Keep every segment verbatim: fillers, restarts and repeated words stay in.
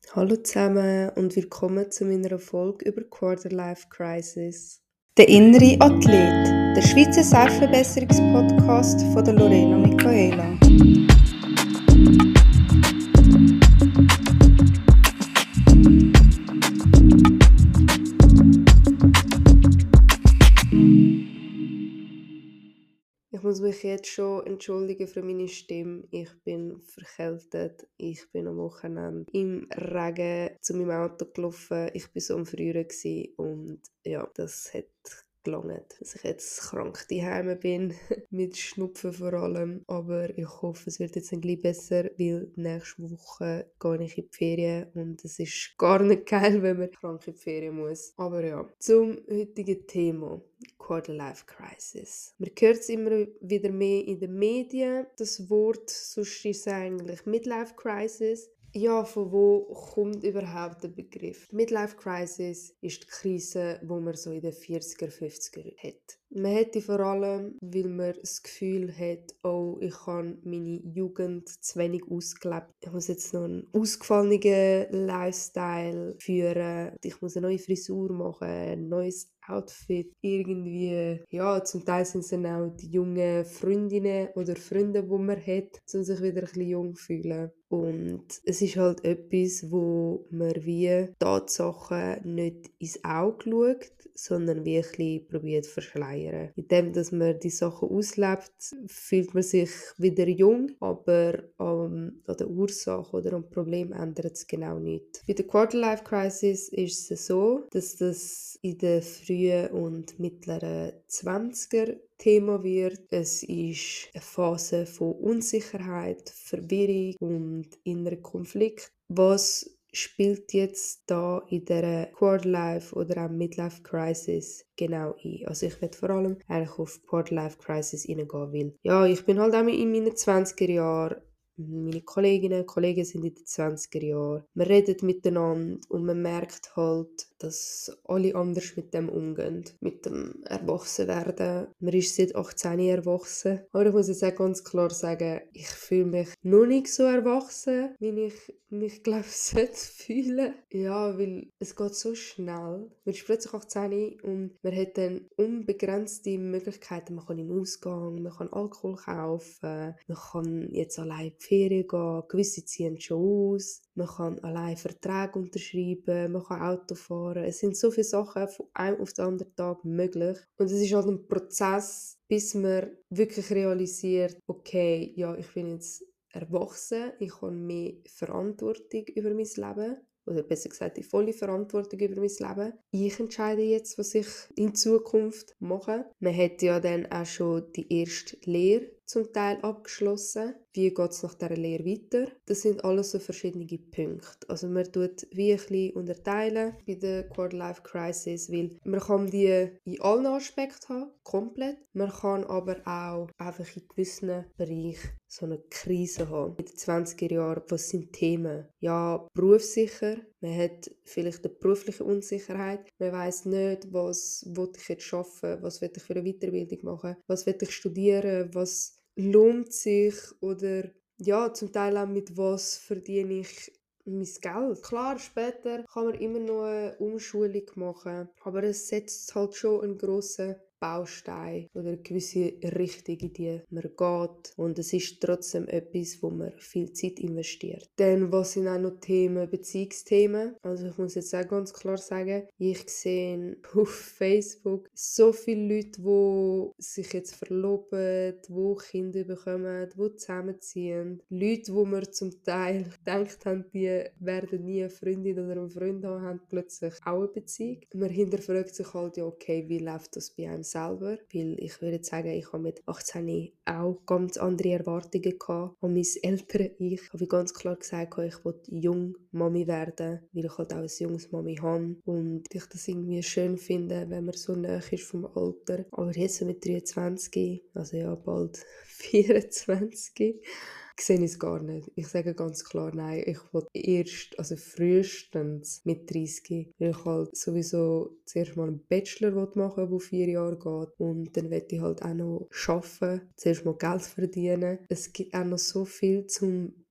Hallo zusammen und willkommen zu meiner Folge über Quarterlife Crisis. Der innere Athlet, der Schweizer Selbstverbesserungspodcast von der Lorena Michaela. Ich muss mich jetzt schon entschuldigen für meine Stimme. Ich bin verkältet. Ich bin am Wochenende im Regen zu meinem Auto gelaufen. Ich war so am Frieren und ja, das hat gelangt, dass ich jetzt krank daheim bin, mit Schnupfen vor allem. Aber ich hoffe, es wird jetzt ein bisschen besser, weil nächste Woche gehe ich in die Ferien und es ist gar nicht geil, wenn man krank in die Ferien muss. Aber ja, zum heutigen Thema. Quarterlife Crisis. Man hört es immer wieder mehr in den Medien, das Wort, sonst ist es eigentlich Midlife Crisis. Ja, von wo kommt überhaupt der Begriff? Midlife Crisis ist die Krise, wo man so in den vierziger, fünfziger hat. Man hat die vor allem, weil man das Gefühl hat, oh, ich habe meine Jugend zu wenig ausgelebt. Ich muss jetzt noch einen ausgefallenen Lifestyle führen. Ich muss eine neue Frisur machen, ein neues Outfit. Irgendwie, ja, zum Teil sind es dann auch die jungen Freundinnen oder Freunde, die man hat, um sich wieder ein bisschen jung zu fühlen. Und es ist halt etwas, wo man wie Tatsachen nicht ins Auge schaut, sondern wie ein bisschen probiert zu verschleiern. Indem, dass man die Sachen auslebt, fühlt man sich wieder jung, aber ähm, an der Ursache oder am Problem ändert es genau nichts. Bei der Quarterlife Crisis ist es so, dass das in den frühen und mittleren zwanziger Thema wird. Es ist eine Phase von Unsicherheit, Verwirrung und innerer Konflikt. Was spielt jetzt da in der Quarterlife oder auch Midlife Crisis genau ein? Also ich werde vor allem eigentlich auf Quarterlife Crisis eingehen, weil ja, ich bin halt auch in meinen zwanziger Jahren. Meine Kolleginnen und Kollegen sind in den zwanziger Jahren. Man redet miteinander und man merkt halt, dass alle anders mit dem umgehen, mit dem Erwachsenwerden. Man ist seit achtzehn erwachsen. Aber ich muss jetzt auch ganz klar sagen, ich fühle mich noch nicht so erwachsen, wie ich mich, glaube ich, sollte fühlen. Ja, weil es geht so schnell. Man ist plötzlich achtzehn und man hat dann unbegrenzte Möglichkeiten. Man kann in den Ausgang, man kann Alkohol kaufen, man kann jetzt allein in die Ferien gehen, gewisse ziehen schon aus, man kann allein Verträge unterschreiben, man kann Auto fahren. Es sind so viele Sachen von einem auf den anderen Tag möglich. Und es ist halt ein Prozess, bis man wirklich realisiert, okay, ja, ich bin jetzt erwachsen, ich habe mehr Verantwortung über mein Leben. Oder besser gesagt, die volle Verantwortung über mein Leben. Ich entscheide jetzt, was ich in Zukunft mache. Man hat ja dann auch schon die erste Lehre zum Teil abgeschlossen. Wie geht es nach dieser Lehre weiter? Das sind alles so verschiedene Punkte. Also man tut wie ein bisschen unterteilen bei der Quarterlife Crisis, weil man kann die in allen Aspekten haben, komplett. Man kann aber auch einfach in gewissen Bereichen so eine Krise haben. In den zwanziger Jahren, was sind Themen? Ja, berufssicher. Man hat vielleicht eine berufliche Unsicherheit. Man weiss nicht, was will ich jetzt arbeiten, was will ich für eine Weiterbildung machen, was will ich studieren, was lohnt sich oder ja, zum Teil auch mit was verdiene ich mein Geld. Klar, später kann man immer noch eine Umschulung machen, aber es setzt halt schon einen grossen Baustein oder eine gewisse Richtung, in die man geht. Und es ist trotzdem etwas, wo man viel Zeit investiert. Dann, was sind auch noch Themen? Beziehungsthemen. Also ich muss jetzt auch ganz klar sagen, ich sehe auf Facebook so viele Leute, die sich jetzt verloben, die Kinder bekommen, die zusammenziehen. Leute, wo man zum Teil gedacht haben, die werden nie eine Freundin oder einen Freund haben, haben plötzlich auch eine Beziehung. Man hinterfragt sich halt, ja, okay, wie läuft das bei einem selber? Weil ich würde sagen, ich habe mit achtzehn auch ganz andere Erwartungen gehabt an mein ältere Ich. Ich habe ganz klar gesagt, ich wollte jung Mami werden, weil ich halt auch ein junges Mami habe und ich das irgendwie schön finde, wenn man so nahe ist vom Alter. Aber jetzt so mit dreiundzwanzig, also ja, bald vierundzwanzig, sehe ich es gar nicht. Ich sage ganz klar nein. Ich will erst, also frühestens mit dreißig, weil ich halt sowieso zuerst mal einen Bachelor machen will, der vier Jahre geht. Und dann will ich halt auch noch arbeiten, zuerst mal Geld verdienen. Es gibt auch noch so viel zum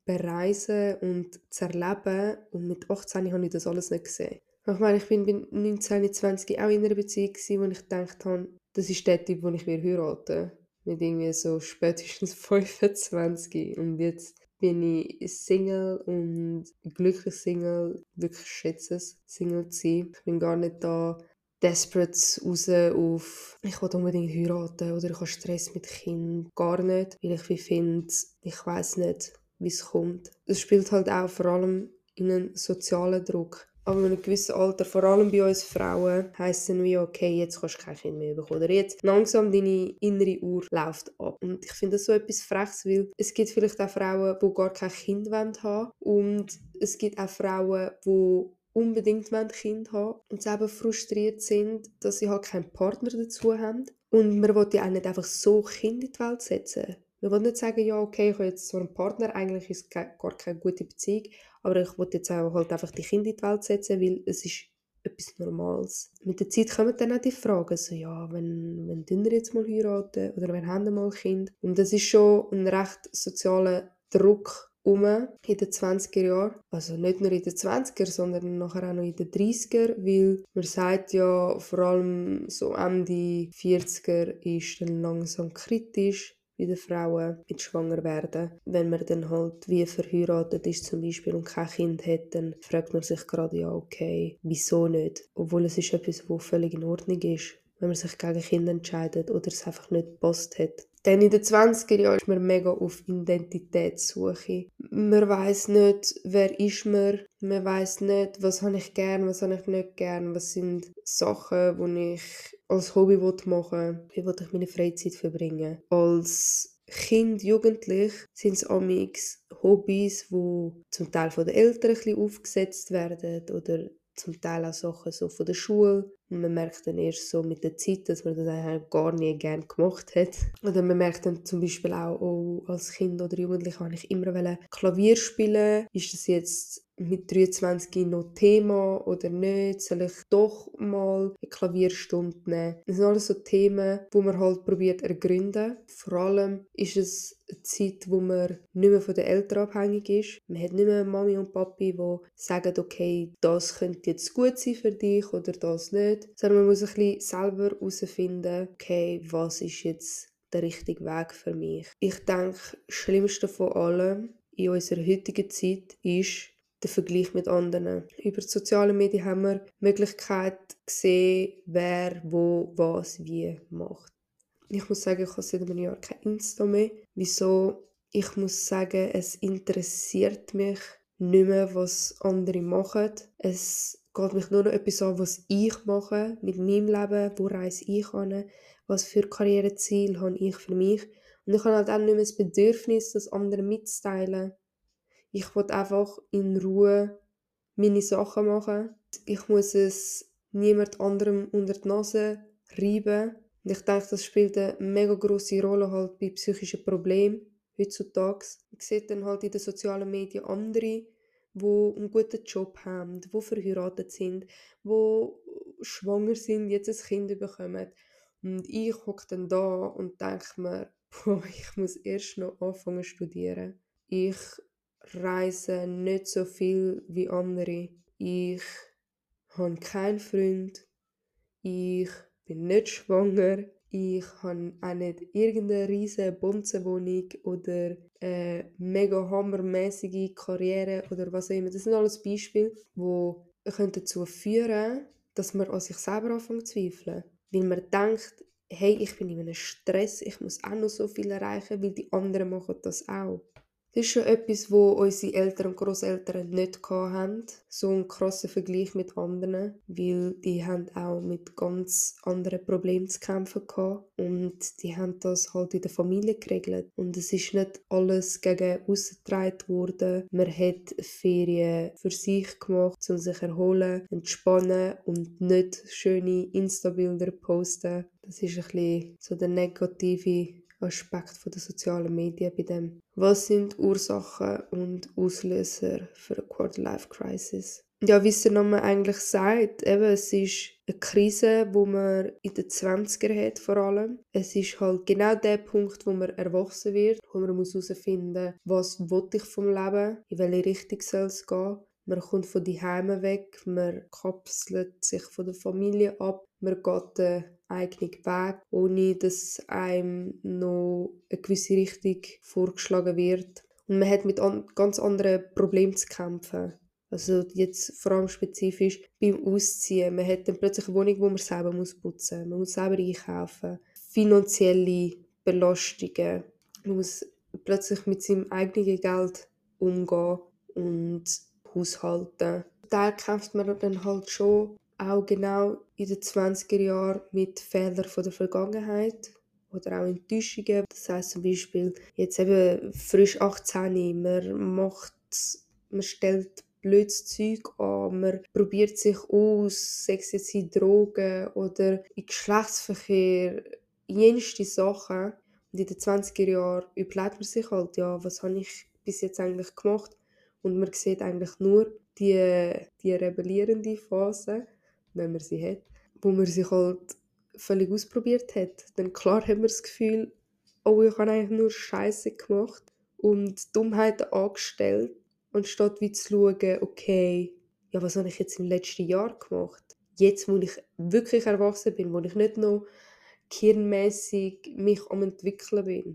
bereisen und zu erleben. Und mit achtzehn habe ich das alles nicht gesehen. Ich meine, ich bin bei neunzehn, zwanzig auch in einer Beziehung gewesen, wo ich gedacht habe, das ist der Typ, den ich will heiraten. Mit irgendwie so spätestens fünfundzwanzig. Und jetzt bin ich Single und glücklich Single. Wirklich schätze es, Single zu sein. Ich bin gar nicht da desperate raus auf «Ich will unbedingt heiraten» oder «Ich habe Stress mit Kind». Gar nicht, weil ich wie finde, ich weiss nicht, wie es kommt. Es spielt halt auch vor allem in einen sozialen Druck. Aber in einem gewissen Alter, vor allem bei uns Frauen, heisst es dann wie, okay, jetzt kannst du kein Kind mehr bekommen. Oder jetzt langsam deine innere Uhr läuft ab. Und ich finde das so etwas Freches, weil es gibt vielleicht auch Frauen, die gar kein Kind haben wollen. Und es gibt auch Frauen, die unbedingt ein Kind haben und selber frustriert sind, dass sie halt keinen Partner dazu haben. Und man will ja auch nicht einfach so Kinder in die Welt setzen. Man will nicht sagen, ja, okay, ich habe jetzt so einen Partner, eigentlich ist es gar keine gute Beziehung, aber ich will jetzt auch halt einfach die Kinder in die Welt setzen, weil es ist etwas Normales. Mit der Zeit kommen dann auch die Fragen, so, ja, wenn, wenn ihr jetzt mal heiraten oder wenn haben mal ein Kind. Und das ist schon ein recht sozialer Druck um in den zwanziger Jahren. Also nicht nur in den zwanziger, sondern nachher auch noch in den dreissiger, weil man sagt ja, vor allem so Ende vierziger ist dann langsam kritisch bei den Frauen mit schwanger werden. Wenn man dann halt wie verheiratet ist zum Beispiel und kein Kind hat, dann fragt man sich gerade, ja okay, wieso nicht? Obwohl es ist etwas, was völlig in Ordnung ist, wenn man sich gegen Kinder entscheidet oder es einfach nicht gepasst hat. Dann in den zwanziger Jahren ist man mega auf Identitätssuche. Man weiss nicht, wer ist man, man weiss nicht, was habe ich gern, was habe ich nicht gern, was sind Sachen, die ich als Hobby machen will, wie will ich meine Freizeit verbringen. Als Kind, Jugendlich sind es amix Hobbys, die zum Teil von den Eltern ein bisschen aufgesetzt werden oder zum Teil auch Sachen so von der Schule. Und man merkt dann erst so mit der Zeit, dass man das eigentlich gar nie gerne gemacht hat. Oder man merkt dann zum Beispiel auch, oh, als Kind oder Jugendliche habe ich immer Klavier spielen. Ist das jetzt mit dreiundzwanzig noch Thema oder nicht? Soll ich doch mal eine Klavierstunde nehmen? Das sind alles so Themen, die man halt probiert ergründen. Vor allem ist es eine Zeit, wo man nicht mehr von den Eltern abhängig ist. Man hat nicht mehr Mami und Papi, die sagen, okay, das könnte jetzt gut sein für dich oder das nicht. Sondern man muss ein bisschen selber herausfinden, okay, was ist jetzt der richtige Weg für mich. Ich denke, das Schlimmste von allem in unserer heutigen Zeit ist der Vergleich mit anderen. Über die sozialen Medien haben wir die Möglichkeit gesehen, wer, wo, was, wie macht. Ich muss sagen, ich habe seit einem Jahr kein Insta mehr. Wieso? Ich muss sagen, es interessiert mich nicht mehr, was andere machen. Es geht mich nur noch etwas an, was ich mache mit meinem Leben, wo reise ich hin, was für Karriereziele habe ich für mich. Und ich habe halt auch nicht mehr das Bedürfnis, das anderen mitzuteilen. Ich will einfach in Ruhe meine Sachen machen. Ich muss es niemand anderem unter die Nase reiben. Und ich denke, das spielt eine mega grosse Rolle halt bei psychischen Problemen heutzutage. Ich sehe dann halt in den sozialen Medien andere, die einen guten Job haben, die verheiratet sind, die schwanger sind, jetzt ein Kind bekommen. Und ich hocke dann da und denke mir, boah, ich muss erst noch anfangen zu studieren. Ich reise nicht so viel wie andere. Ich habe keinen Freund. Ich bin nicht schwanger. Ich habe auch nicht irgendeine riesige Bonzenwohnung oder eine mega hammermäßige Karriere oder was auch immer. Das sind alles Beispiele, die dazu führen können, dass man an sich selber anfängt zu zweifeln. Weil man denkt, hey, ich bin in einem Stress, ich muss auch noch so viel erreichen, weil die anderen machen das auch. Das ist schon etwas, wo unsere Eltern und Grosseltern nicht hatten. So einen krassen Vergleich mit anderen. Weil die haben auch mit ganz anderen Problemen zu kämpfen gehabt. Und die haben das halt in der Familie geregelt. Und es ist nicht alles gegen aussen getragen worden. Man hat Ferien für sich gemacht, um sich zu erholen, entspannen und nicht schöne Insta-Bilder posten. Das ist ein bisschen so der negative Aspekt von der sozialen Medien bei dem. Was sind die Ursachen und Auslöser für eine Quarter-Life-Crisis? Ja, wie es der Name eigentlich sagt, eben, es ist eine Krise, wo man in den Zwanzigern hat vor allem. Es ist halt genau der Punkt, wo man erwachsen wird, wo man muss herausfinden muss, was will ich vom Leben, in welche Richtung soll es gehen. Man kommt von die Heime weg, man kapselt sich von der Familie ab, man geht den eigenen Weg, ohne dass einem noch eine gewisse Richtung vorgeschlagen wird. Und man hat mit an ganz anderen Problemen zu kämpfen. Also jetzt vor allem spezifisch beim Ausziehen. Man hat dann plötzlich eine Wohnung, wo man selber muss putzen muss. Man muss selber einkaufen. Finanzielle Belastungen. Man muss plötzlich mit seinem eigenen Geld umgehen und haushalten. Da kämpft man dann halt schon auch genau in den zwanziger Jahren mit Fehlern von der Vergangenheit oder auch Enttäuschungen. Das heisst zum Beispiel jetzt eben frisch achtzehn, man macht, man stellt blödes Zeug an, man probiert sich aus, sei es jetzt in Drogen oder in Geschlechtsverkehr, jenste Sachen. Und in den zwanziger Jahren überlegt man sich halt, ja, was habe ich bis jetzt eigentlich gemacht? Und man sieht eigentlich nur die, die rebellierende Phase, wenn man sie hat, wo man sich halt völlig ausprobiert hat. Dann klar hat man das Gefühl, oh, ich habe eigentlich nur Scheiße gemacht und Dummheiten angestellt, anstatt wie zu schauen, okay, ja, was habe ich jetzt im letzten Jahr gemacht? Jetzt, wo ich wirklich erwachsen bin, wo ich nicht noch gehirnmässig mich am entwickeln bin.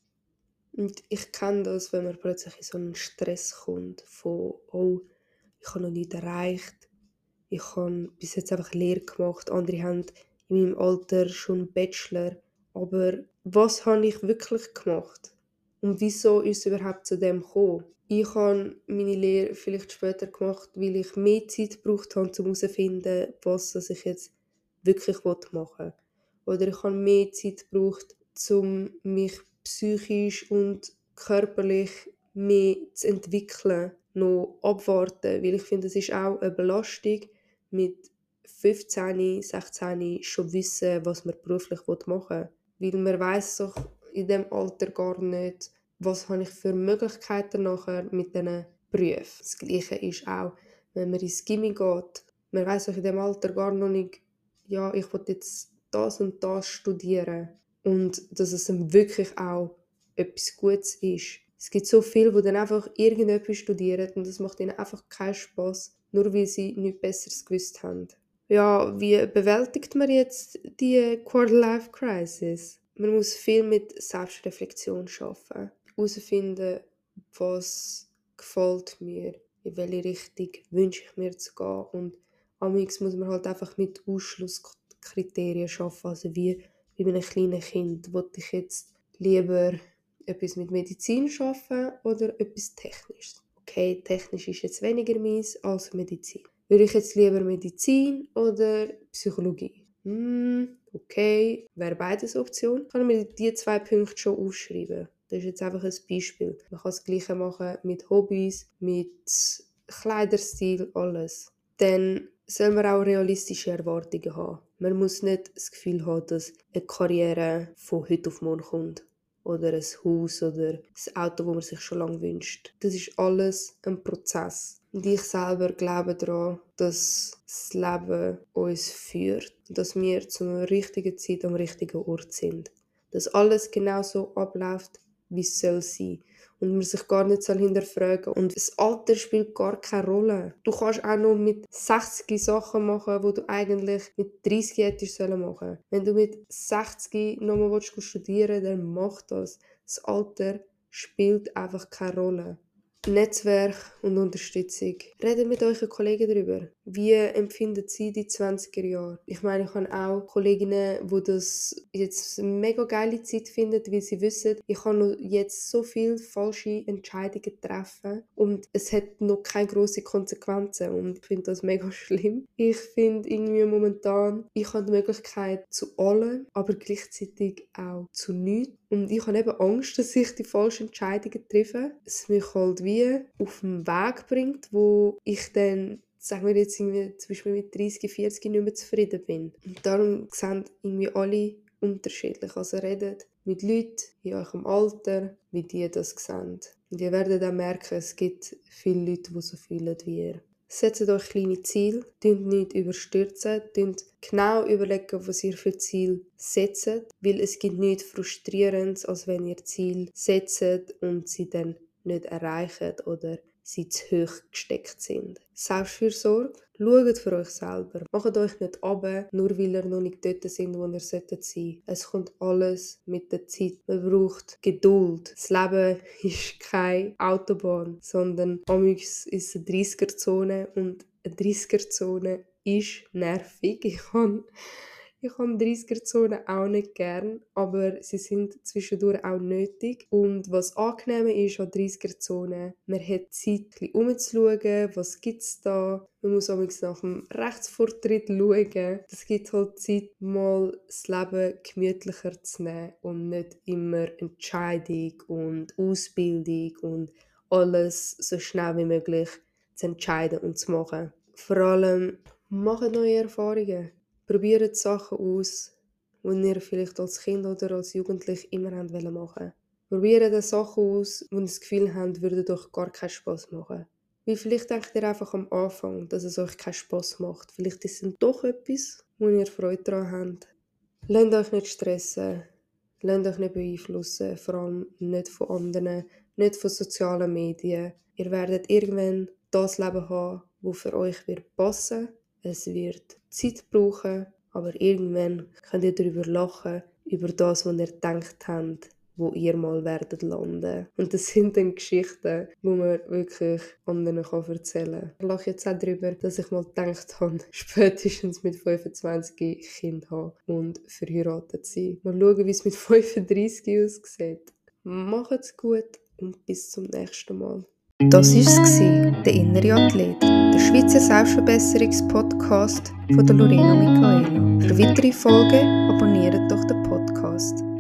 Und ich kenne das, wenn man plötzlich in so einen Stress kommt von, oh, ich habe noch nichts erreicht, ich habe bis jetzt einfach Lehre gemacht, andere haben in meinem Alter schon einen Bachelor, aber was habe ich wirklich gemacht? Und wieso ist es überhaupt zu dem gekommen? Ich habe meine Lehre vielleicht später gemacht, weil ich mehr Zeit gebraucht habe, um herauszufinden, was ich jetzt wirklich machen will. Oder ich habe mehr Zeit gebraucht, um mich psychisch und körperlich mehr zu entwickeln, noch abwarten, weil ich finde, es ist auch eine Belastung, mit fünfzehn, sechzehn schon wissen, was man beruflich machen will. Weil man weiss doch in diesem Alter gar nicht, was habe ich für Möglichkeiten nachher mit diesen Berufen. Das Gleiche ist auch, wenn man ins Gymi geht. Man weiss doch in diesem Alter gar noch nicht, ja, ich will jetzt das und das studieren. Und dass es dann wirklich auch etwas Gutes ist. Es gibt so viele, die dann einfach irgendetwas studieren und das macht ihnen einfach keinen Spass, nur weil sie nichts Besseres gewusst haben. Ja, wie bewältigt man jetzt die Quarter-Life-Crisis? Man muss viel mit Selbstreflexion arbeiten, herausfinden, was gefällt mir, in welche Richtung wünsche ich mir zu gehen, und amigs muss man halt einfach mit Ausschlusskriterien arbeiten, also wie bei einem kleinen Kind. Wollte ich jetzt lieber etwas mit Medizin arbeiten oder etwas Technisches? Okay, technisch ist jetzt weniger meins als Medizin. Würde ich jetzt lieber Medizin oder Psychologie? Hm, okay, wäre beides Option. Kann ich mir diese zwei Punkte schon aufschreiben. Das ist jetzt einfach ein Beispiel. Man kann das Gleiche machen mit Hobbys, mit Kleiderstil, alles. Dann soll man auch realistische Erwartungen haben. Man muss nicht das Gefühl haben, dass eine Karriere von heute auf morgen kommt. Oder ein Haus oder ein Auto, das man sich schon lange wünscht. Das ist alles ein Prozess. Und ich selber glaube daran, dass das Leben uns führt. Dass wir zur richtigen Zeit am richtigen Ort sind. Dass alles genau so abläuft, wie es soll sein. Und man sich gar nicht hinterfragen soll. Und das Alter spielt gar keine Rolle. Du kannst auch noch mit sechzig Sachen machen, die du eigentlich mit dreißig hättest machen sollen. Wenn du mit sechzig nochmal studieren willst, dann mach das. Das Alter spielt einfach keine Rolle. Netzwerk und Unterstützung. Redet mit euren Kollegen darüber. Wie empfinden sie die zwanziger Jahre? Ich meine, ich habe auch Kolleginnen, die das jetzt eine mega geile Zeit finden, weil sie wissen, ich kann noch jetzt so viele falsche Entscheidungen treffen und es hat noch keine grossen Konsequenzen, und ich finde das mega schlimm. Ich finde irgendwie momentan, ich habe die Möglichkeit zu allem, aber gleichzeitig auch zu nichts. Und ich habe eben Angst, dass ich die falschen Entscheidungen treffe. Es mich halt wie auf den Weg bringt, wo ich dann, sagen wir jetzt irgendwie, zum Beispiel mit dreißig, vierzig nicht mehr zufrieden bin. Und darum sehen irgendwie alle unterschiedlich. Also redet mit Leuten in eurem Alter, wie die das sehen. Und ihr werdet auch merken, es gibt viele Leute, die so fühlen wie ihr. Setzt euch kleine Ziele, tünt nicht überstürzen, tünt genau überlegen, was ihr für Ziele setzt, weil es gibt nichts Frustrierendes, als wenn ihr Ziele setzt und sie dann nicht erreichen oder sie zu hoch gesteckt sind. Selbstfürsorge, schaut für euch selber. Macht euch nicht runter, nur weil ihr noch nicht dort sind, wo ihr solltet sein. Es kommt alles mit der Zeit. Man braucht Geduld. Das Leben ist keine Autobahn, sondern amigs ist eine dreißiger-Zone und eine dreißiger-Zone ist nervig. Ich kann Ich habe dreißiger-Zonen auch nicht gern, aber sie sind zwischendurch auch nötig. Und was angenehm ist an dreißiger-Zonen, man hat Zeit, ein bisschen umzuschauen, was gibt es da. Man muss auch nach dem Rechtsvortritt schauen. Es gibt halt Zeit, mal das Leben gemütlicher zu nehmen und nicht immer Entscheidung und Ausbildung und alles so schnell wie möglich zu entscheiden und zu machen. Vor allem, macht neue Erfahrungen. Probiert Sachen aus, die ihr vielleicht als Kind oder als Jugendlich immer machen wollten. Probiert Sachen aus, wo ihr das Gefühl habt, würden euch gar keinen Spass machen. Weil vielleicht denkt ihr einfach am Anfang, dass es euch keinen Spass macht. Vielleicht ist es doch etwas, wo ihr Freude daran habt. Lasst euch nicht stressen. Lasst euch nicht beeinflussen. Vor allem nicht von anderen, nicht von sozialen Medien. Ihr werdet irgendwann das Leben haben, das für euch wird passen. Es wird Zeit brauchen, aber irgendwann könnt ihr darüber lachen, über das, was ihr gedacht habt, wo ihr mal werdet landen. Und das sind dann Geschichten, die man wirklich anderen erzählen kann. Ich lache jetzt auch darüber, dass ich mal gedacht habe, spätestens mit fünfundzwanzig Kind haben und verheiratet sein. Mal schauen, wie es mit fünfunddreissig aussieht. Macht's gut und bis zum nächsten Mal. Das war es, der innere Athlet, der Schweizer Selbstverbesserungspodcast von der Lorena Michaela. Für weitere Folgen abonniert doch den Podcast.